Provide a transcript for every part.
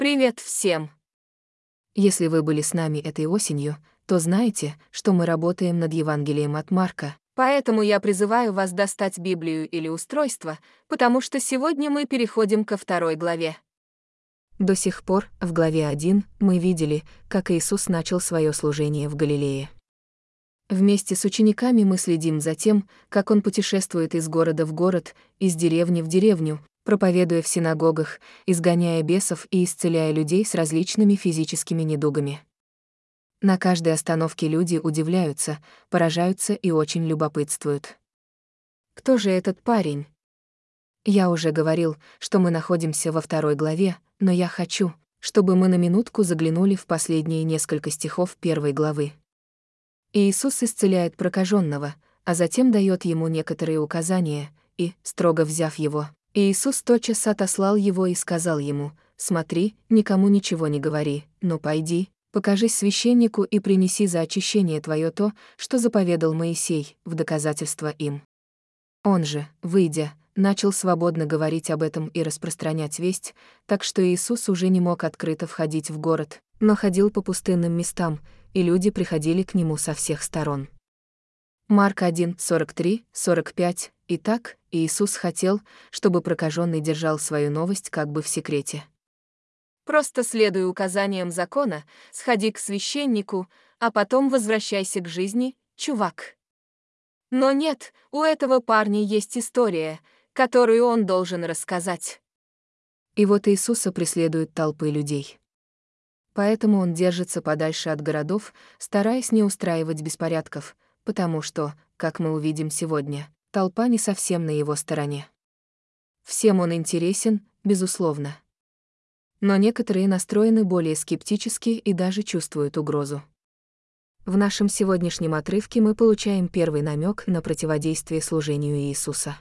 Привет всем! Если вы были с нами этой осенью, то знаете, что мы работаем над Евангелием от Марка. Поэтому я призываю вас достать Библию или устройство, потому что сегодня мы переходим ко второй главе. До сих пор, в главе 1, мы видели, как Иисус начал свое служение в Галилее. Вместе с учениками мы следим за тем, как он путешествует из города в город, из деревни в деревню, проповедуя в синагогах, изгоняя бесов и исцеляя людей с различными физическими недугами. На каждой остановке люди удивляются, поражаются и очень любопытствуют. Кто же этот парень? Я уже говорил, что мы находимся во второй главе, но я хочу, чтобы мы на минутку заглянули в последние несколько стихов первой главы. Иисус исцеляет прокаженного, а затем дает ему некоторые указания, и, строго взяв его, Иисус тотчас отослал его и сказал ему: «Смотри, никому ничего не говори, но пойди, покажись священнику и принеси за очищение твое то, что заповедал Моисей, в доказательство им». Он же, выйдя, начал свободно говорить об этом и распространять весть, так что Иисус уже не мог открыто входить в город, но ходил по пустынным местам, и люди приходили к нему со всех сторон. Марк 1, 43, 45. Итак, Иисус хотел, чтобы прокаженный держал свою новость как бы в секрете. Просто следуй указаниям закона, сходи к священнику, а потом возвращайся к жизни, чувак. Но нет, у этого парня есть история, которую он должен рассказать. И вот Иисуса преследуют толпы людей. Поэтому он держится подальше от городов, стараясь не устраивать беспорядков, потому что, как мы увидим сегодня, толпа не совсем на его стороне. Всем он интересен, безусловно. Но некоторые настроены более скептически и даже чувствуют угрозу. В нашем сегодняшнем отрывке мы получаем первый намек на противодействие служению Иисуса.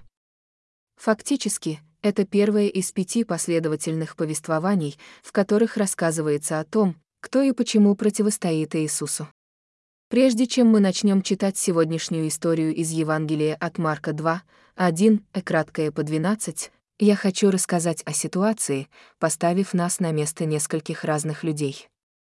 Фактически, это первое из 5 последовательных повествований, в которых рассказывается о том, кто и почему противостоит Иисусу. Прежде чем мы начнем читать сегодняшнюю историю из Евангелия от Марка 2, 1, краткое по 12, я хочу рассказать о ситуации, поставив нас на место нескольких разных людей.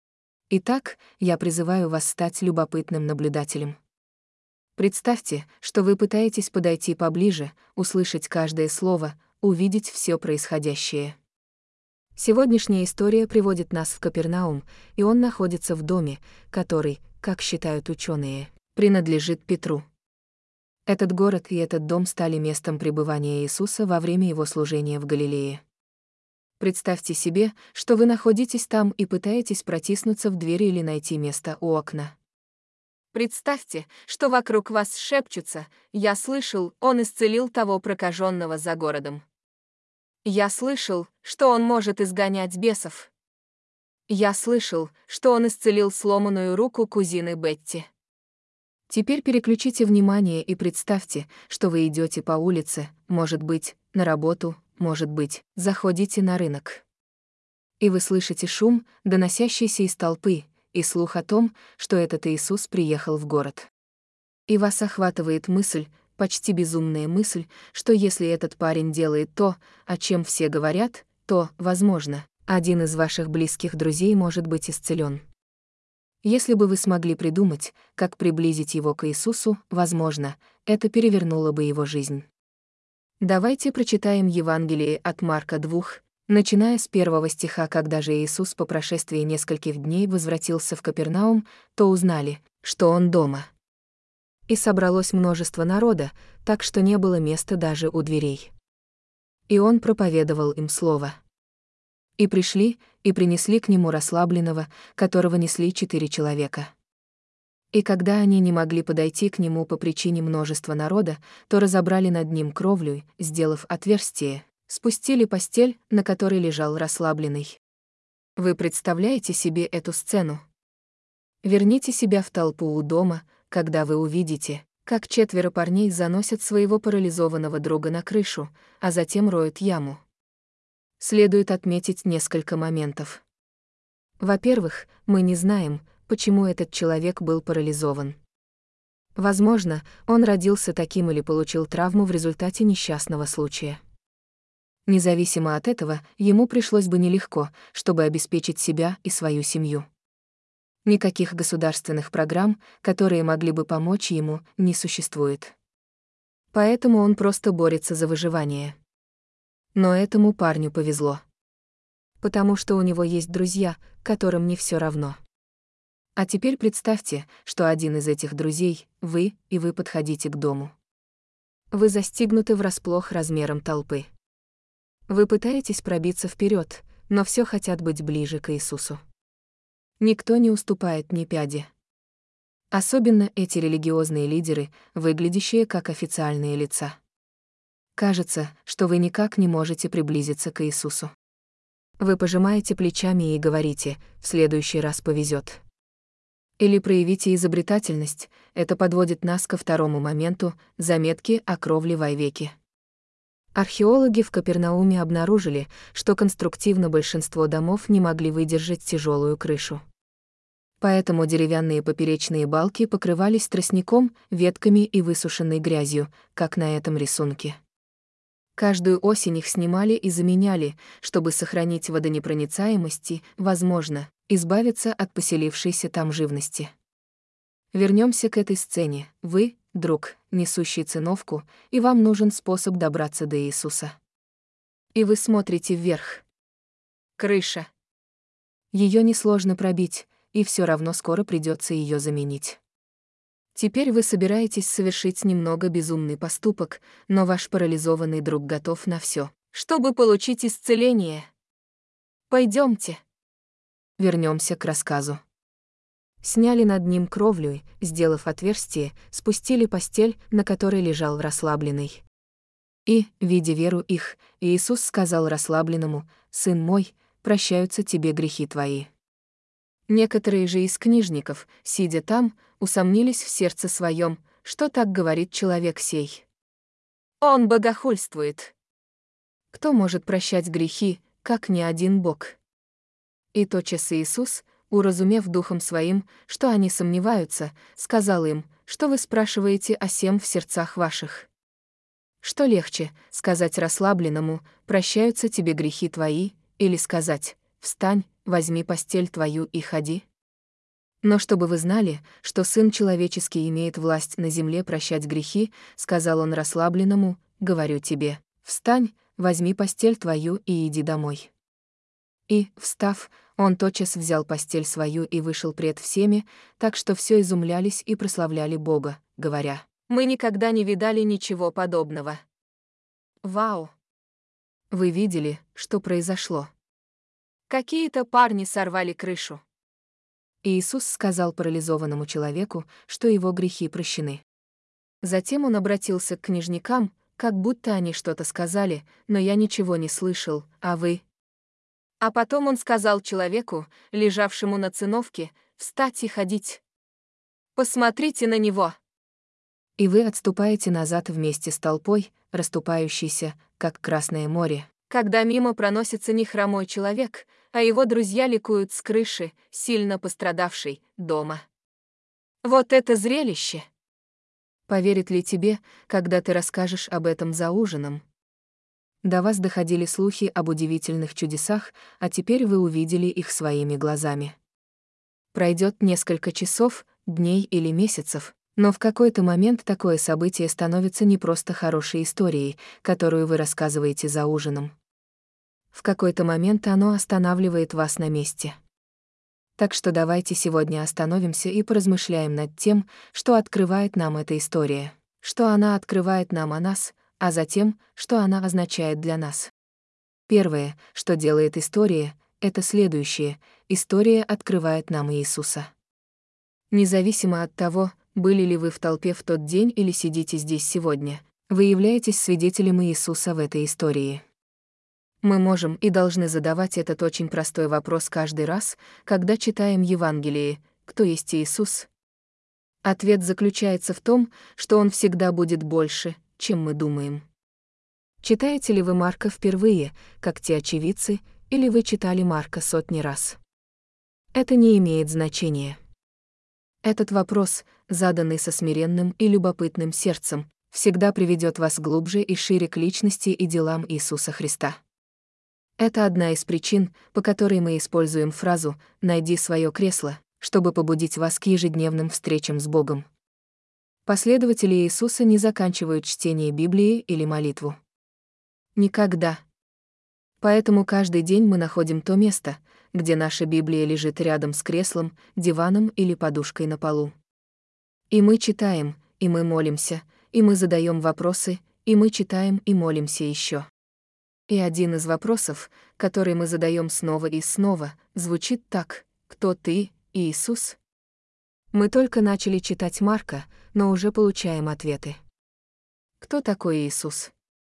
Итак, я призываю вас стать любопытным наблюдателем. Представьте, что вы пытаетесь подойти поближе, услышать каждое слово, увидеть все происходящее. Сегодняшняя история приводит нас в Капернаум, и он находится в доме, который, как считают ученые, принадлежит Петру. Этот город и этот дом стали местом пребывания Иисуса во время его служения в Галилее. Представьте себе, что вы находитесь там и пытаетесь протиснуться в дверь или найти место у окна. Представьте, что вокруг вас шепчутся: «Я слышал, он исцелил того прокаженного за городом. Я слышал, что он может изгонять бесов. Я слышал, что он исцелил сломанную руку кузины Бетти». Теперь переключите внимание и представьте, что вы идете по улице, может быть, на работу, может быть, заходите на рынок. И вы слышите шум, доносящийся из толпы, и слух о том, что этот Иисус приехал в город. И вас охватывает мысль, почти безумная мысль, что если этот парень делает то, о чем все говорят, то, возможно, один из ваших близких друзей может быть исцелен. Если бы вы смогли придумать, как приблизить его к Иисусу, возможно, это перевернуло бы его жизнь. Давайте прочитаем Евангелие от Марка 2, начиная с 1 стиха. Когда же Иисус по прошествии нескольких дней возвратился в Капернаум, то узнали, что он дома. И собралось множество народа, так что не было места даже у дверей. И он проповедовал им слово. И пришли, и принесли к нему расслабленного, которого несли 4 человека. И когда они не могли подойти к нему по причине множества народа, то разобрали над ним кровлю, сделав отверстие, спустили постель, на которой лежал расслабленный. Вы представляете себе эту сцену? Верните себя в толпу у дома, когда вы увидите, как 4 парней заносят своего парализованного друга на крышу, а затем роют яму. Следует отметить несколько моментов. Во-первых, мы не знаем, почему этот человек был парализован. Возможно, он родился таким или получил травму в результате несчастного случая. Независимо от этого, ему пришлось бы нелегко, чтобы обеспечить себя и свою семью. Никаких государственных программ, которые могли бы помочь ему, не существует. Поэтому он просто борется за выживание. Но этому парню повезло. Потому что у него есть друзья, которым не все равно. А теперь представьте, что один из этих друзей — вы, и вы подходите к дому. Вы застигнуты врасплох размером толпы. Вы пытаетесь пробиться вперед, но все хотят быть ближе к Иисусу. Никто не уступает ни пяди. Особенно эти религиозные лидеры, выглядящие как официальные лица. Кажется, что вы никак не можете приблизиться к Иисусу. Вы пожимаете плечами и говорите: «В следующий раз повезет». Или проявите изобретательность, это подводит нас ко второму моменту — заметки о кровле в Айвеке. Археологи в Капернауме обнаружили, что конструктивно большинство домов не могли выдержать тяжелую крышу. Поэтому деревянные поперечные балки покрывались тростником, ветками и высушенной грязью, как на этом рисунке. Каждую осень их снимали и заменяли, чтобы сохранить водонепроницаемость и, возможно, избавиться от поселившейся там живности. Вернемся к этой сцене. Вы — друг, несущий циновку, и вам нужен способ добраться до Иисуса. И вы смотрите вверх. Крыша. Ее несложно пробить, и все равно скоро придется ее заменить. Теперь вы собираетесь совершить немного безумный поступок, но ваш парализованный друг готов на все, чтобы получить исцеление. Пойдемте. Вернемся к рассказу. Сняли над ним кровлю, сделав отверстие, спустили постель, на которой лежал расслабленный. И, видя веру их, Иисус сказал расслабленному: «Сын мой, прощаются тебе грехи твои». Некоторые же из книжников, сидя там, усомнились в сердце своем, что так говорит человек сей. Он богохульствует. Кто может прощать грехи, как не один Бог? И тотчас Иисус, уразумев духом своим, что они сомневаются, сказал им: «Что вы спрашиваете о сем в сердцах ваших? Что легче, сказать расслабленному: прощаются тебе грехи твои, или сказать: встань, возьми постель твою и ходи? Но чтобы вы знали, что Сын Человеческий имеет власть на земле прощать грехи, сказал он расслабленному: говорю тебе, встань, возьми постель твою и иди домой». И, встав, он тотчас взял постель свою и вышел пред всеми, так что все изумлялись и прославляли Бога, говоря: «Мы никогда не видали ничего подобного». Вау! Вы видели, что произошло? Какие-то парни сорвали крышу. Иисус сказал парализованному человеку, что его грехи прощены. Затем он обратился к книжникам, как будто они что-то сказали, но я ничего не слышал, а вы? А потом он сказал человеку, лежавшему на циновке: «Встать и ходить. Посмотрите на него». И вы отступаете назад вместе с толпой, расступающейся, как Красное море, когда мимо проносится нехромой человек, а его друзья ликуют с крыши, сильно пострадавшей, дома. Вот это зрелище! Поверит ли тебе, когда ты расскажешь об этом за ужином? До вас доходили слухи об удивительных чудесах, а теперь вы увидели их своими глазами. Пройдет несколько часов, дней или месяцев, но в какой-то момент такое событие становится не просто хорошей историей, которую вы рассказываете за ужином. В какой-то момент оно останавливает вас на месте. Так что давайте сегодня остановимся и поразмышляем над тем, что открывает нам эта история, что она открывает нам о нас, а затем, что она означает для нас. Первое, что делает история, это следующее: история открывает нам Иисуса. Независимо от того, были ли вы в толпе в тот день или сидите здесь сегодня, вы являетесь свидетелем Иисуса в этой истории. Мы можем и должны задавать этот очень простой вопрос каждый раз, когда читаем Евангелие: кто есть Иисус? Ответ заключается в том, что Он всегда будет больше, чем мы думаем. Читаете ли вы Марка впервые, как те очевидцы, или вы читали Марка сотни раз? Это не имеет значения. Этот вопрос, заданный со смиренным и любопытным сердцем, всегда приведет вас глубже и шире к личности и делам Иисуса Христа. Это одна из причин, по которой мы используем фразу «найди свое кресло», чтобы побудить вас к ежедневным встречам с Богом. Последователи Иисуса не заканчивают чтение Библии или молитву. Никогда. Поэтому каждый день мы находим то место, где наша Библия лежит рядом с креслом, диваном или подушкой на полу. И мы читаем, и мы молимся, и мы задаем вопросы, и мы читаем и молимся еще. И один из вопросов, который мы задаем снова и снова, звучит так: «Кто ты, Иисус?» Мы только начали читать Марка, но уже получаем ответы. Кто такой Иисус?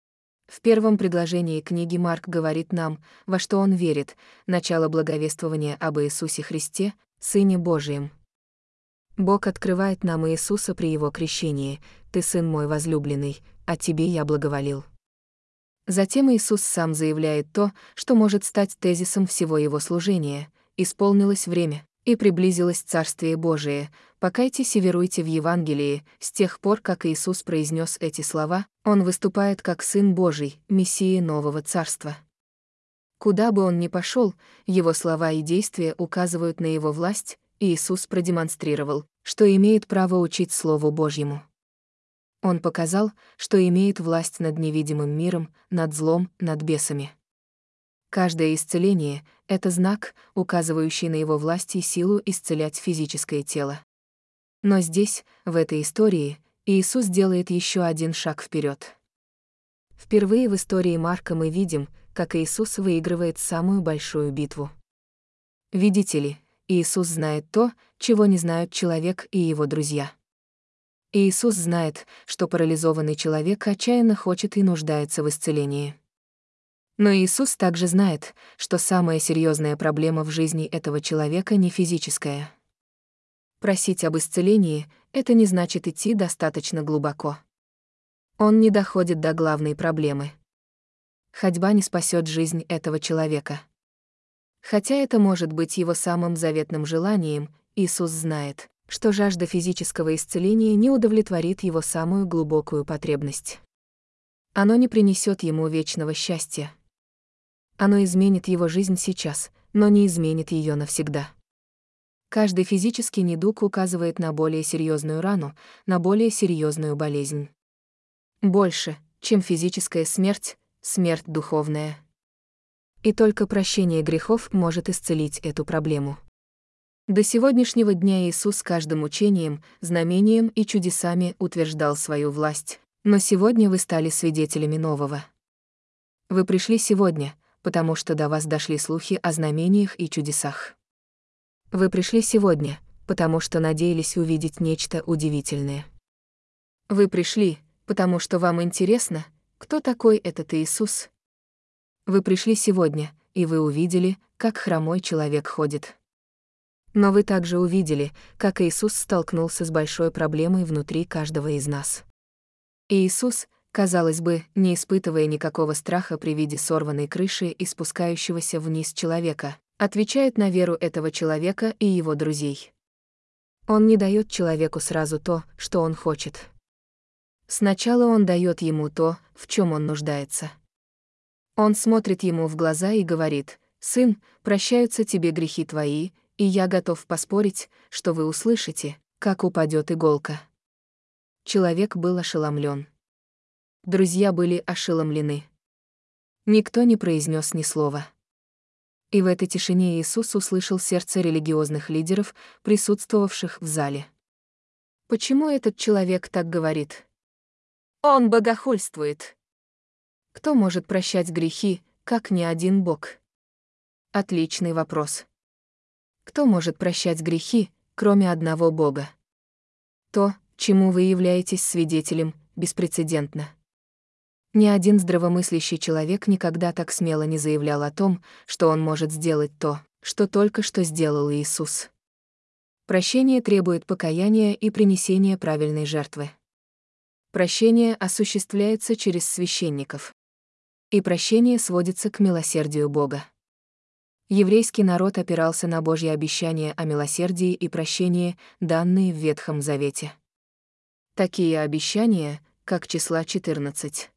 В первом предложении книги Марк говорит нам, во что он верит, начало благовествования об Иисусе Христе, Сыне Божием. Бог открывает нам Иисуса при Его крещении: «Ты Сын мой возлюбленный, о Тебе я благоволил». Затем Иисус сам заявляет то, что может стать тезисом всего Его служения: «Исполнилось время, и приблизилось Царствие Божие, покайтесь и веруйте в Евангелие». С тех пор, как Иисус произнес эти слова, Он выступает как Сын Божий, Мессия нового Царства. Куда бы Он ни пошел, Его слова и действия указывают на Его власть, и Иисус продемонстрировал, что имеет право учить Слову Божьему. Он показал, что имеет власть над невидимым миром, над злом, над бесами. Каждое исцеление — это знак, указывающий на Его власть и силу исцелять физическое тело. Но здесь, в этой истории, Иисус делает еще один шаг вперед. Впервые в истории Марка мы видим, как Иисус выигрывает самую большую битву. Видите ли, Иисус знает то, чего не знают человек и его друзья. Иисус знает, что парализованный человек отчаянно хочет и нуждается в исцелении. Но Иисус также знает, что самая серьезная проблема в жизни этого человека не физическая. Просить об исцелении — это не значит идти достаточно глубоко. Он не доходит до главной проблемы. Ходьба не спасет жизнь этого человека. Хотя это может быть его самым заветным желанием, Иисус знает, что жажда физического исцеления не удовлетворит его самую глубокую потребность. Оно не принесет ему вечного счастья. Оно изменит его жизнь сейчас, но не изменит ее навсегда. Каждый физический недуг указывает на более серьезную рану, на более серьезную болезнь. Больше, чем физическая смерть, смерть духовная. И только прощение грехов может исцелить эту проблему. До сегодняшнего дня Иисус каждым учением, знамением и чудесами утверждал свою власть, но сегодня вы стали свидетелями нового. Вы пришли сегодня, потому что до вас дошли слухи о знамениях и чудесах. Вы пришли сегодня, потому что надеялись увидеть нечто удивительное. Вы пришли, потому что вам интересно, кто такой этот Иисус. Вы пришли сегодня, и вы увидели, как хромой человек ходит. Но вы также увидели, как Иисус столкнулся с большой проблемой внутри каждого из нас. Иисус, казалось бы, не испытывая никакого страха при виде сорванной крыши и спускающегося вниз человека, отвечает на веру этого человека и его друзей. Он не дает человеку сразу то, что он хочет. Сначала он дает ему то, в чем он нуждается. Он смотрит ему в глаза и говорит: «Сын, прощаются тебе грехи твои», и я готов поспорить, что вы услышите, как упадет иголка. Человек был ошеломлен. Друзья были ошеломлены. Никто не произнес ни слова. И в этой тишине Иисус услышал сердце религиозных лидеров, присутствовавших в зале. Почему этот человек так говорит? Он богохульствует. Кто может прощать грехи, как ни один Бог? Отличный вопрос. Кто может прощать грехи, кроме одного Бога? То, чему вы являетесь свидетелем, беспрецедентно. Ни один здравомыслящий человек никогда так смело не заявлял о том, что он может сделать то, что только что сделал Иисус. Прощение требует покаяния и принесения правильной жертвы. Прощение осуществляется через священников. И прощение сводится к милосердию Бога. Еврейский народ опирался на Божьи обещания о милосердии и прощении, данные в Ветхом Завете. Такие обещания, как числа 14.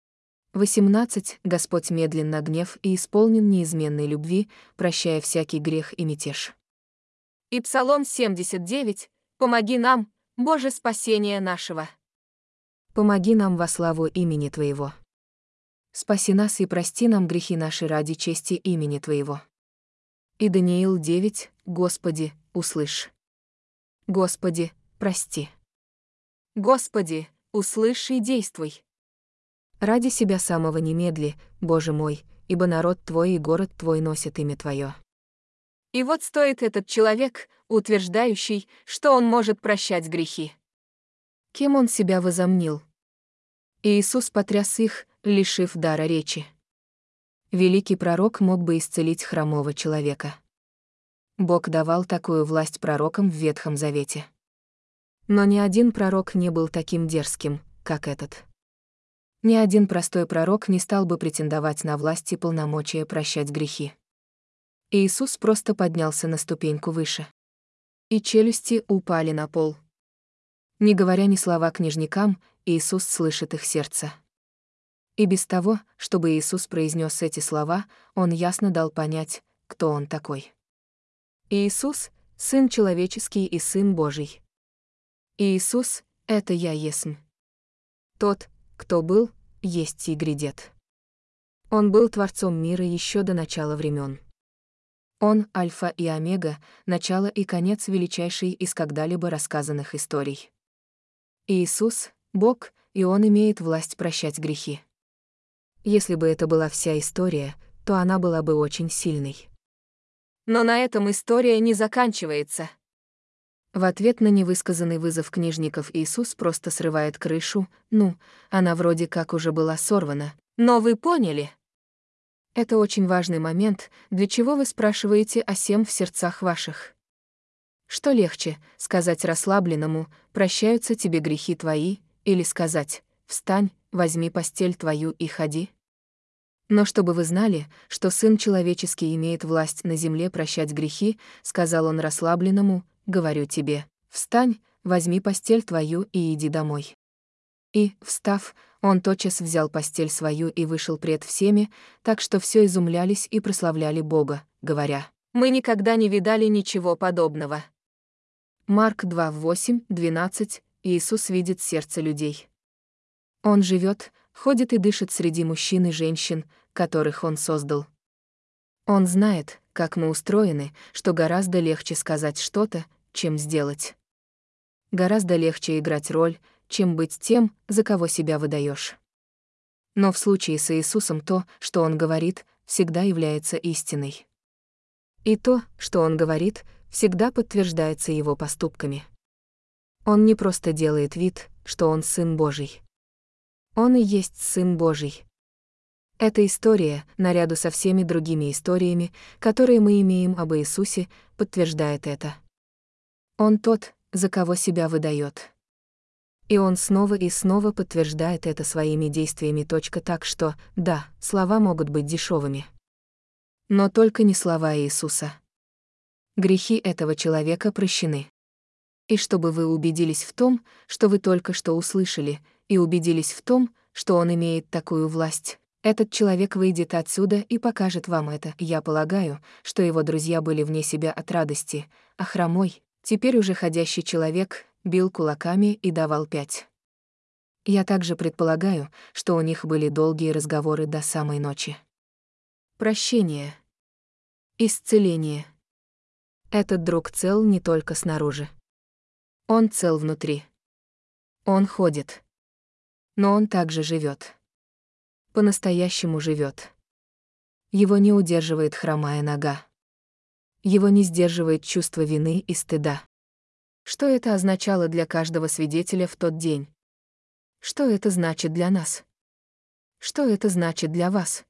18. Господь медленно гнев и исполнен неизменной любви, прощая всякий грех и мятеж. И Псалом 79. Помоги нам, Боже, спасения нашего. Помоги нам во славу имени Твоего. Спаси нас и прости нам грехи наши ради чести имени Твоего. И Даниил 9. Господи, услышь. Господи, прости. Господи, услышь и действуй. Ради себя самого немедли, Боже мой, ибо народ Твой и город Твой носят имя Твое. И вот стоит этот человек, утверждающий, что он может прощать грехи. Кем он себя возомнил? Иисус потряс их, лишив дара речи. Великий пророк мог бы исцелить хромого человека. Бог давал такую власть пророкам в Ветхом Завете. Но ни один пророк не был таким дерзким, как этот. Ни один простой пророк не стал бы претендовать на власть и полномочия прощать грехи. Иисус просто поднялся на ступеньку выше. И челюсти упали на пол. Не говоря ни слова книжникам, Иисус слышит их сердце. И без того, чтобы Иисус произнес эти слова, Он ясно дал понять, кто Он такой. Иисус — Сын человеческий и Сын Божий. Иисус — это Я есмь. Тот, кто был, есть и грядет. Он был Творцом мира еще до начала времен. Он — Альфа и Омега, начало и конец величайшей из когда-либо рассказанных историй. Иисус — Бог, и Он имеет власть прощать грехи. Если бы это была вся история, то она была бы очень сильной. Но на этом история не заканчивается. В ответ на невысказанный вызов книжников Иисус просто срывает крышу, она вроде как уже была сорвана. Но вы поняли? Это очень важный момент, для чего вы спрашиваете о сем в сердцах ваших. Что легче, сказать расслабленному «прощаются тебе грехи твои», или сказать «встань, возьми постель твою и ходи»? Но чтобы вы знали, что Сын Человеческий имеет власть на земле прощать грехи, сказал Он расслабленному, говорю тебе, встань, возьми постель твою и иди домой. И, встав, он тотчас взял постель свою и вышел пред всеми, так что все изумлялись и прославляли Бога, говоря: «Мы никогда не видали ничего подобного». Марк 2:8-12. Иисус видит сердце людей. Он живет, ходит и дышит среди мужчин и женщин, которых Он создал. Он знает, как мы устроены, что гораздо легче сказать что-то, чем сделать. Гораздо легче играть роль, чем быть тем, за кого себя выдаешь. Но в случае с Иисусом то, что Он говорит, всегда является истиной. И то, что Он говорит, всегда подтверждается Его поступками. Он не просто делает вид, что Он Сын Божий. Он и есть Сын Божий. Эта история, наряду со всеми другими историями, которые мы имеем об Иисусе, подтверждает это. Он тот, за кого себя выдает. И Он снова и снова подтверждает это своими действиями. Так что, да, слова могут быть дешевыми. Но только не слова Иисуса. Грехи этого человека прощены. И чтобы вы убедились в том, что вы только что услышали, и убедились в том, что Он имеет такую власть, этот человек выйдет отсюда и покажет вам это. Я полагаю, что его друзья были вне себя от радости, а хромой, теперь уже ходящий человек, бил кулаками и давал 5. Я также предполагаю, что у них были долгие разговоры до самой ночи. Прощение. Исцеление. Этот друг цел не только снаружи. Он цел внутри. Он ходит. Но он также живет. По-настоящему живет. Его не удерживает хромая нога. Его не сдерживает чувство вины и стыда. Что это означало для каждого свидетеля в тот день? Что это значит для нас? Что это значит для вас?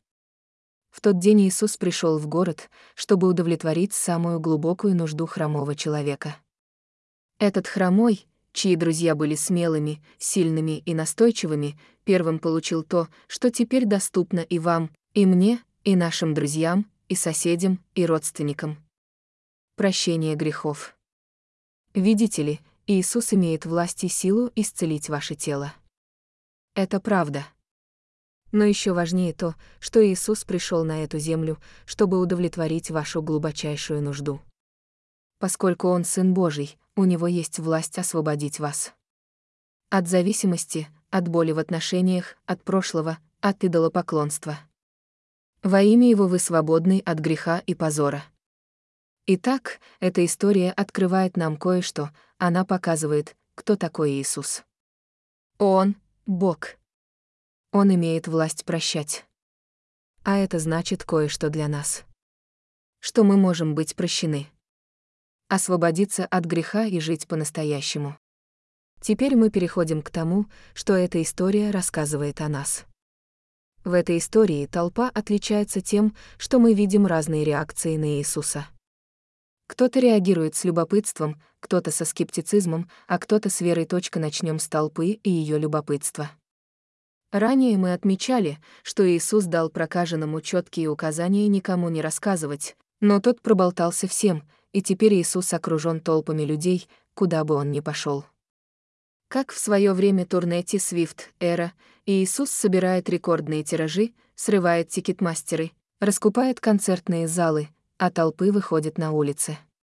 В тот день Иисус пришел в город, чтобы удовлетворить самую глубокую нужду хромого человека. Этот хромой, чьи друзья были смелыми, сильными и настойчивыми, первым получил то, что теперь доступно и вам, и мне, и нашим друзьям, и соседям, и родственникам. Прощение грехов. Видите ли, Иисус имеет власть и силу исцелить ваше тело. Это правда. Но еще важнее то, что Иисус пришел на эту землю, чтобы удовлетворить вашу глубочайшую нужду. Поскольку Он Сын Божий, у Него есть власть освободить вас. От зависимости, от боли в отношениях, от прошлого, от идолопоклонства. Во имя Его вы свободны от греха и позора. Итак, эта история открывает нам кое-что, она показывает, кто такой Иисус. Он — Бог. Он имеет власть прощать. А это значит кое-что для нас. Что мы можем быть прощены. Освободиться от греха и жить по-настоящему. Теперь мы переходим к тому, что эта история рассказывает о нас. В этой истории толпа отличается тем, что мы видим разные реакции на Иисуса. Кто-то реагирует с любопытством, кто-то со скептицизмом, а кто-то с верой. Начнем с толпы и ее любопытства. Ранее мы отмечали, что Иисус дал прокаженному четкие указания никому не рассказывать, но тот проболтался всем, и теперь Иисус окружен толпами людей, куда бы он ни пошел. Как в свое время турне Свифт Эра, Иисус собирает рекордные тиражи, срывает тикетмастеры, раскупает концертные залы, а толпы выходят на улицы.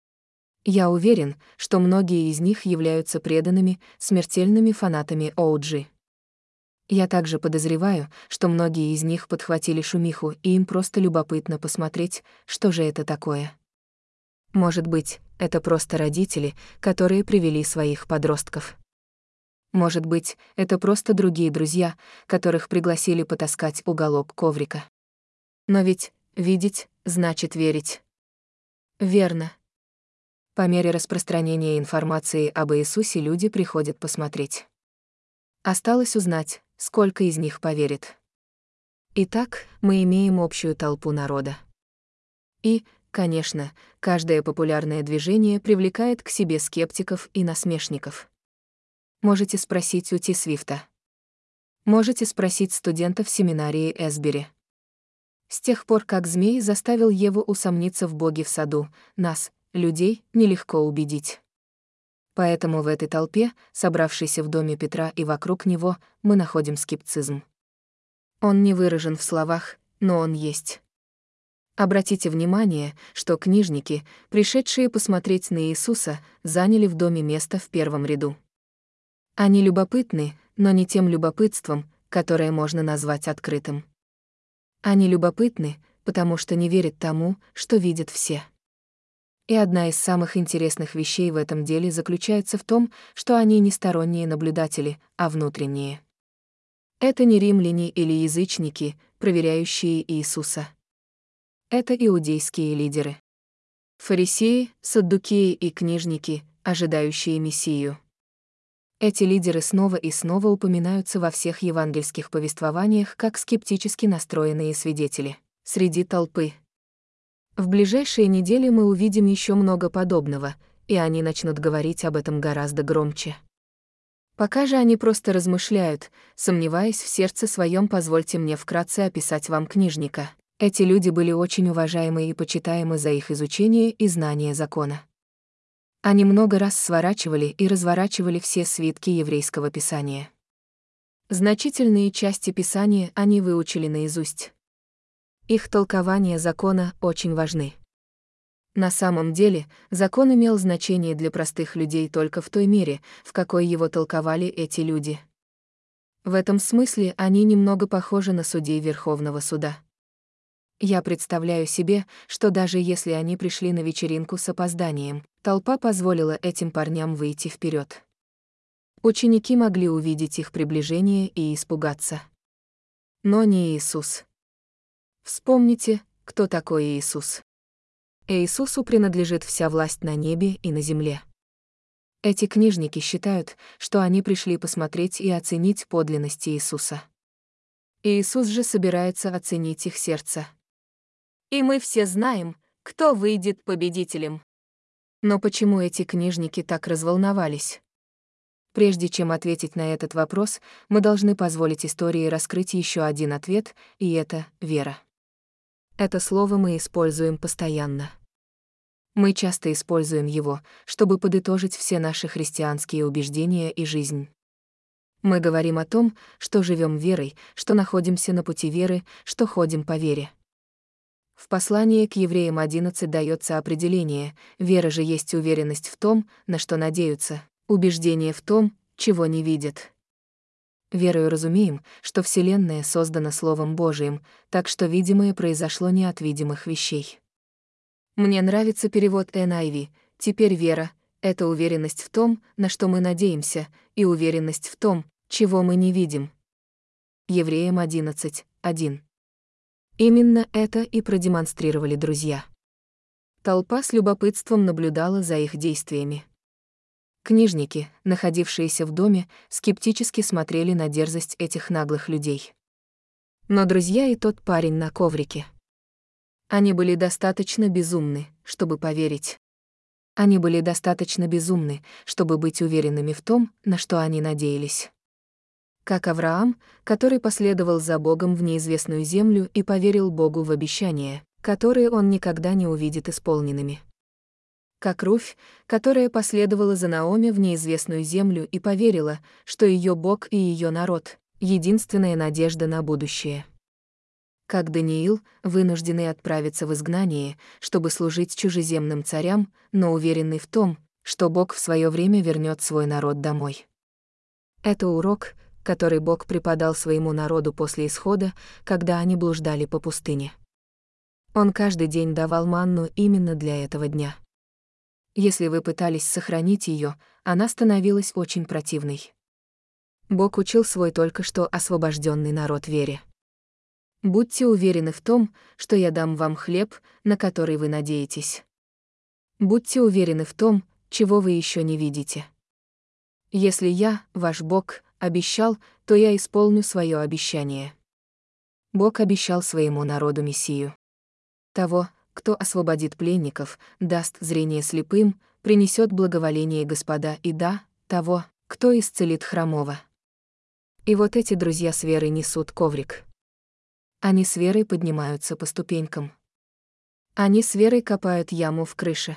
Я уверен, что многие из них являются преданными, смертельными фанатами OG. Я также подозреваю, что многие из них подхватили шумиху, и им просто любопытно посмотреть, что же это такое. Может быть, это просто родители, которые привели своих подростков. Может быть, это просто другие друзья, которых пригласили потаскать уголок коврика. Но ведь видеть значит верить. Верно. По мере распространения информации об Иисусе люди приходят посмотреть. Осталось узнать, сколько из них поверит. Итак, мы имеем общую толпу народа. И, конечно, каждое популярное движение привлекает к себе скептиков и насмешников. Можете спросить у Свифта. Можете спросить студентов семинарии Эсбери. С тех пор, как змей заставил Еву усомниться в Боге в саду, нас, людей, нелегко убедить. Поэтому в этой толпе, собравшейся в доме Петра и вокруг него, мы находим скептицизм. Он не выражен в словах, но он есть. Обратите внимание, что книжники, пришедшие посмотреть на Иисуса, заняли в доме место в первом ряду. Они любопытны, но не тем любопытством, которое можно назвать открытым. Они любопытны, потому что не верят тому, что видят все. И одна из самых интересных вещей в этом деле заключается в том, что они не сторонние наблюдатели, а внутренние. Это не римляне или язычники, проверяющие Иисуса. Это иудейские лидеры. Фарисеи, саддукеи и книжники, ожидающие Мессию. Эти лидеры снова и снова упоминаются во всех евангельских повествованиях как скептически настроенные свидетели. Среди толпы. В ближайшие недели мы увидим еще много подобного, и они начнут говорить об этом гораздо громче. Пока же они просто размышляют, сомневаясь в сердце своем, позвольте мне вкратце описать вам книжника. Эти люди были очень уважаемы и почитаемы за их изучение и знание закона. Они много раз сворачивали и разворачивали все свитки еврейского писания. Значительные части писания они выучили наизусть. Их толкования закона очень важны. На самом деле, закон имел значение для простых людей только в той мере, в какой его толковали эти люди. В этом смысле они немного похожи на судей Верховного суда. Я представляю себе, что даже если они пришли на вечеринку с опозданием, толпа позволила этим парням выйти вперед. Ученики могли увидеть их приближение и испугаться. Но не Иисус. Вспомните, кто такой Иисус. Иисусу принадлежит вся власть на небе и на земле. Эти книжники считают, что они пришли посмотреть и оценить подлинность Иисуса. Иисус же собирается оценить их сердце. И мы все знаем, кто выйдет победителем. Но почему эти книжники так разволновались? Прежде чем ответить на этот вопрос, мы должны позволить истории раскрыть еще один ответ, и это — вера. Это слово мы используем постоянно. Мы часто используем его, чтобы подытожить все наши христианские убеждения и жизнь. Мы говорим о том, что живем верой, что находимся на пути веры, что ходим по вере. В послании к Евреям 11 дается определение: вера же есть уверенность в том, на что надеются, убеждение в том, чего не видят. Верою разумеем, что Вселенная создана Словом Божиим, так что видимое произошло не от видимых вещей. Мне нравится перевод NIV. Теперь вера — это уверенность в том, на что мы надеемся, и уверенность в том, чего мы не видим. Евреям 11:1. Именно это и продемонстрировали друзья. Толпа с любопытством наблюдала за их действиями. Книжники, находившиеся в доме, скептически смотрели на дерзость этих наглых людей. Но друзья и тот парень на коврике. Они были достаточно безумны, чтобы поверить. Они были достаточно безумны, чтобы быть уверенными в том, на что они надеялись. Как Авраам, который последовал за Богом в неизвестную землю и поверил Богу в обещания, которые он никогда не увидит исполненными. Как Руфь, которая последовала за Наоми в неизвестную землю и поверила, что ее Бог и ее народ — единственная надежда на будущее. Как Даниил, вынужденный отправиться в изгнание, чтобы служить чужеземным царям, но уверенный в том, что Бог в свое время вернет свой народ домой. Это урок, который Бог преподал своему народу после исхода, когда они блуждали по пустыне. Он каждый день давал манну именно для этого дня. Если вы пытались сохранить ее, она становилась очень противной. Бог учил свой только что освобожденный народ вере. Будьте уверены в том, что я дам вам хлеб, на который вы надеетесь. Будьте уверены в том, чего вы еще не видите. Если я, ваш Бог, обещал, то я исполню свое обещание. Бог обещал своему народу Мессию. Того, кто освободит пленников, даст зрение слепым, принесет благоволение Господа, и того, кто исцелит хромого. И вот эти друзья с верой несут коврик. Они с верой поднимаются по ступенькам. Они с верой копают яму в крыше.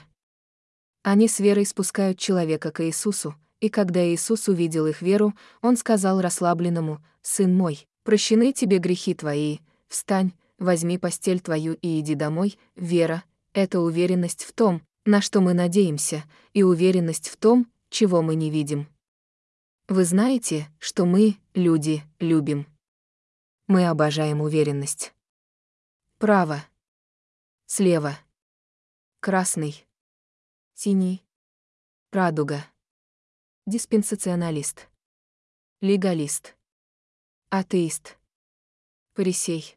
Они с верой спускают человека к Иисусу, и когда Иисус увидел их веру, Он сказал расслабленному: «Сын мой, прощены тебе грехи твои, встань, возьми постель твою и иди домой». Вера — это уверенность в том, на что мы надеемся, и уверенность в том, чего мы не видим. Вы знаете, что мы, люди, любим. Мы обожаем уверенность. Право. Слева. Красный. Синий. Радуга. Диспенсационалист. Легалист. Атеист. Фарисей.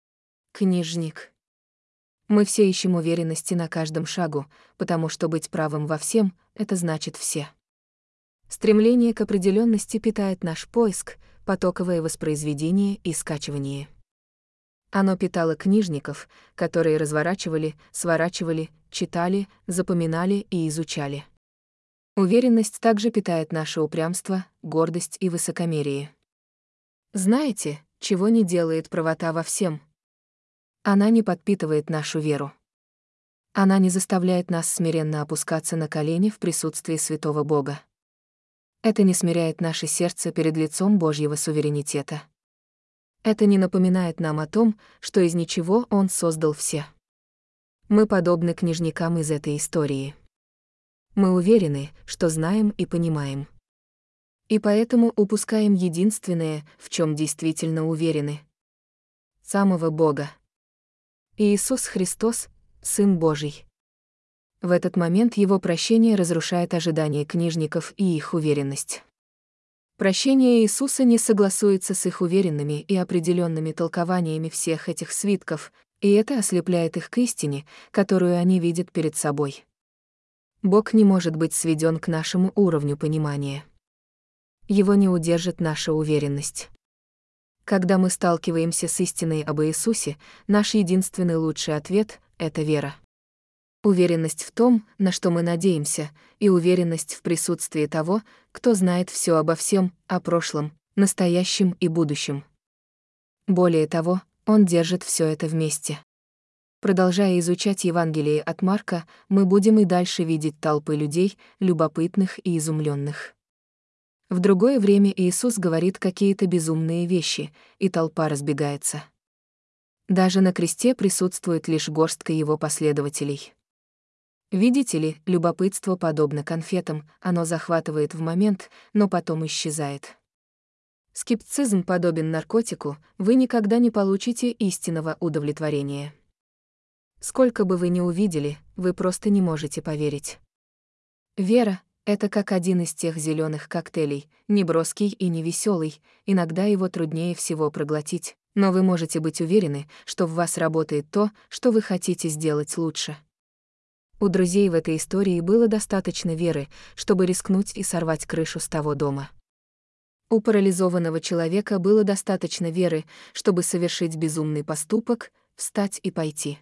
Книжник. Мы все ищем уверенности на каждом шагу, потому что быть правым во всем — это значит все. Стремление к определенности питает наш поиск, потоковое воспроизведение и скачивание. Оно питало книжников, которые разворачивали, сворачивали, читали, запоминали и изучали. Уверенность также питает наше упрямство, гордость и высокомерие. Знаете, чего не делает правота во всем? Она не подпитывает нашу веру. Она не заставляет нас смиренно опускаться на колени в присутствии святого Бога. Это не смиряет наше сердце перед лицом Божьего суверенитета. Это не напоминает нам о том, что из ничего Он создал все. Мы подобны книжникам из этой истории. Мы уверены, что знаем и понимаем. И поэтому упускаем единственное, в чем действительно уверены. Самого Бога. Иисус Христос — Сын Божий. В этот момент Его прощение разрушает ожидания книжников и их уверенность. Прощение Иисуса не согласуется с их уверенными и определенными толкованиями всех этих свитков, и это ослепляет их к истине, которую они видят перед собой. Бог не может быть сведен к нашему уровню понимания. Его не удержит наша уверенность. Когда мы сталкиваемся с истиной об Иисусе, наш единственный лучший ответ — это вера. Уверенность в том, на что мы надеемся, и уверенность в присутствии того, кто знает все обо всем, о прошлом, настоящем и будущем. Более того, Он держит все это вместе. Продолжая изучать Евангелие от Марка, мы будем и дальше видеть толпы людей, любопытных и изумленных. В другое время Иисус говорит какие-то безумные вещи, и толпа разбегается. Даже на кресте присутствует лишь горстка его последователей. Видите ли, любопытство подобно конфетам, оно захватывает в момент, но потом исчезает. Скептицизм подобен наркотику, вы никогда не получите истинного удовлетворения. Сколько бы вы ни увидели, вы просто не можете поверить. Вера — это как один из тех зеленых коктейлей, не броский и не веселый, иногда его труднее всего проглотить, но вы можете быть уверены, что в вас работает то, что вы хотите сделать лучше. У друзей в этой истории было достаточно веры, чтобы рискнуть и сорвать крышу с того дома. У парализованного человека было достаточно веры, чтобы совершить безумный поступок, встать и пойти.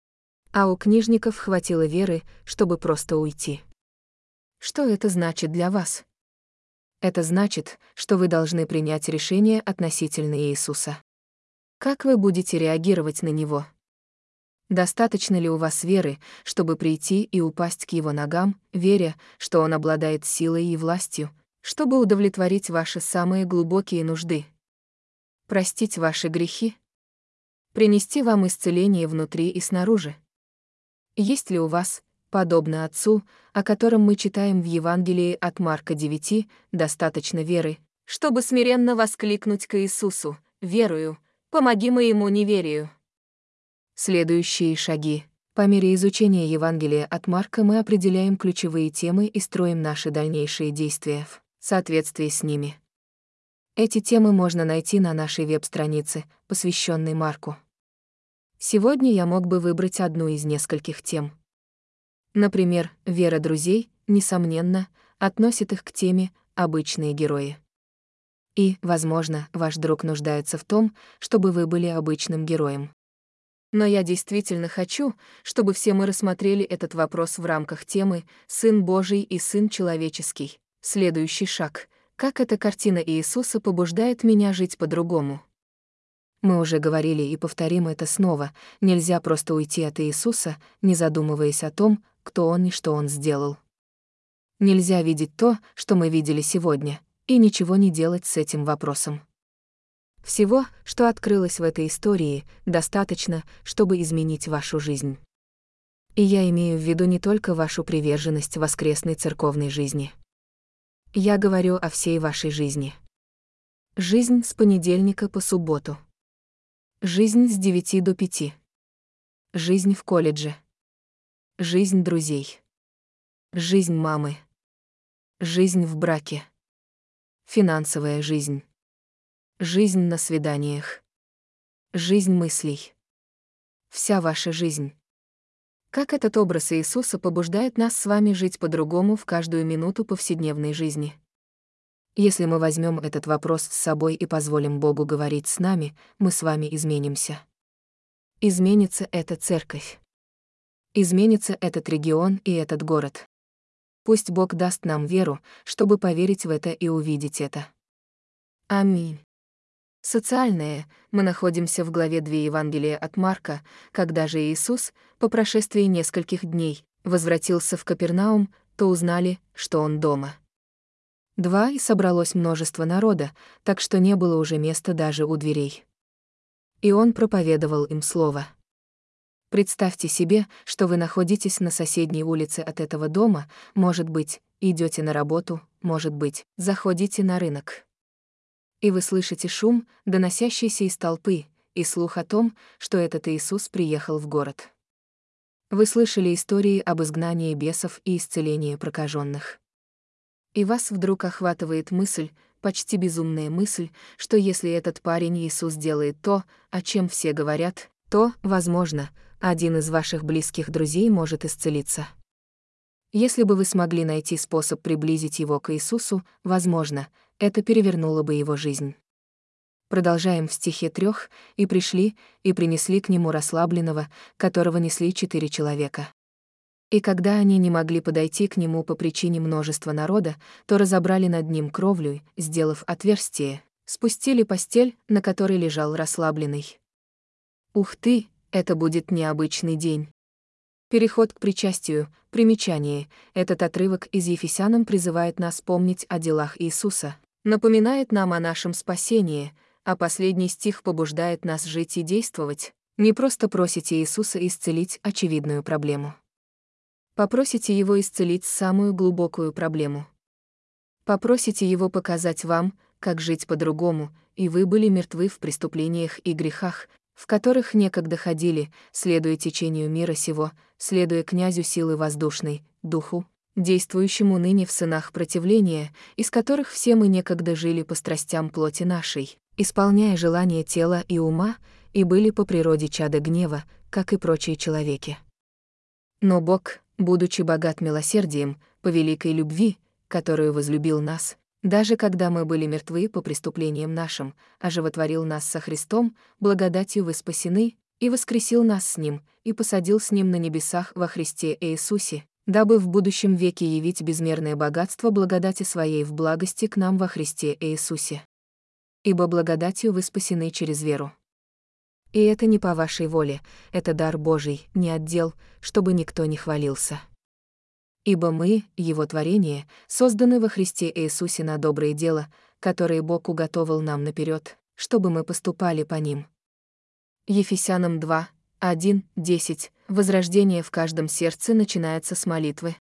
А у книжников хватило веры, чтобы просто уйти. Что это значит для вас? Это значит, что вы должны принять решение относительно Иисуса. Как вы будете реагировать на Него? Достаточно ли у вас веры, чтобы прийти и упасть к Его ногам, веря, что Он обладает силой и властью, чтобы удовлетворить ваши самые глубокие нужды? Простить ваши грехи? Принести вам исцеление внутри и снаружи? Есть ли у вас, подобно Отцу, о котором мы читаем в Евангелии от Марка 9, достаточно веры, чтобы смиренно воскликнуть к Иисусу: «Верую, помоги моему неверию». Следующие шаги. По мере изучения Евангелия от Марка мы определяем ключевые темы и строим наши дальнейшие действия в соответствии с ними. Эти темы можно найти на нашей веб-странице, посвященной Марку. Сегодня я мог бы выбрать одну из нескольких тем. Например, вера друзей, несомненно, относит их к теме «обычные герои». И, возможно, ваш друг нуждается в том, чтобы вы были обычным героем. Но я действительно хочу, чтобы все мы рассмотрели этот вопрос в рамках темы «Сын Божий и Сын Человеческий». Следующий шаг — как эта картина Иисуса побуждает меня жить по-другому. Мы уже говорили и повторим это снова: нельзя просто уйти от Иисуса, не задумываясь о том, кто Он и что Он сделал. Нельзя видеть то, что мы видели сегодня, и ничего не делать с этим вопросом. Всего, что открылось в этой истории, достаточно, чтобы изменить вашу жизнь. И я имею в виду не только вашу приверженность воскресной церковной жизни. Я говорю о всей вашей жизни. Жизнь с понедельника по субботу. Жизнь с 9 до 5. Жизнь в колледже. Жизнь друзей. Жизнь мамы. Жизнь в браке. Финансовая жизнь. Жизнь на свиданиях. Жизнь мыслей. Вся ваша жизнь. Как этот образ Иисуса побуждает нас с вами жить по-другому в каждую минуту повседневной жизни? Если мы возьмем этот вопрос с собой и позволим Богу говорить с нами, мы с вами изменимся. Изменится эта церковь. Изменится этот регион и этот город. Пусть Бог даст нам веру, чтобы поверить в это и увидеть это. Аминь. Социальное. Мы находимся в главе 2 Евангелия от Марка, когда же Иисус, по прошествии нескольких дней, возвратился в Капернаум, то узнали, что Он дома. 2 И собралось множество народа, так что не было уже места даже у дверей. И Он проповедовал им слово. Представьте себе, что вы находитесь на соседней улице от этого дома, может быть, идете на работу, может быть, заходите на рынок. И вы слышите шум, доносящийся из толпы, и слух о том, что этот Иисус приехал в город. Вы слышали истории об изгнании бесов и исцелении прокаженных. И вас вдруг охватывает мысль, почти безумная мысль, что если этот парень Иисус делает то, о чем все говорят, то, возможно, один из ваших близких друзей может исцелиться. Если бы вы смогли найти способ приблизить его к Иисусу, возможно, это перевернуло бы его жизнь. Продолжаем в стихе 3: «И пришли, и принесли к нему расслабленного, которого несли 4 человека. И когда они не могли подойти к нему по причине множества народа, то разобрали над ним кровлю, сделав отверстие, спустили постель, на которой лежал расслабленный». Ух ты, это будет необычный день. Переход к причастию. Примечание. Этот отрывок из Ефесянам призывает нас помнить о делах Иисуса, напоминает нам о нашем спасении, а последний стих побуждает нас жить и действовать. Не просто просите Иисуса исцелить очевидную проблему. Попросите Его исцелить самую глубокую проблему. Попросите Его показать вам, как жить по-другому, и вы были мертвы в преступлениях и грехах, в которых некогда ходили, следуя течению мира сего, следуя князю силы воздушной, духу, действующему ныне в сынах противления, из которых все мы некогда жили по страстям плоти нашей, исполняя желания тела и ума, и были по природе чада гнева, как и прочие человеки. Но Бог, будучи богат милосердием, по великой любви, которую возлюбил нас, даже когда мы были мертвы по преступлениям нашим, оживотворил нас со Христом, благодатью вы спасены, и воскресил нас с Ним, и посадил с Ним на небесах во Христе Иисусе, дабы в будущем веке явить безмерное богатство благодати Своей в благости к нам во Христе Иисусе. Ибо благодатью вы спасены через веру. И это не по вашей воле, это дар Божий, не от дел, чтобы никто не хвалился. Ибо мы, Его творение, созданы во Христе Иисусе на добрые дела, которые Бог уготовил нам наперед, чтобы мы поступали по ним. Ефесянам 2, 1, 10. Возрождение в каждом сердце начинается с молитвы.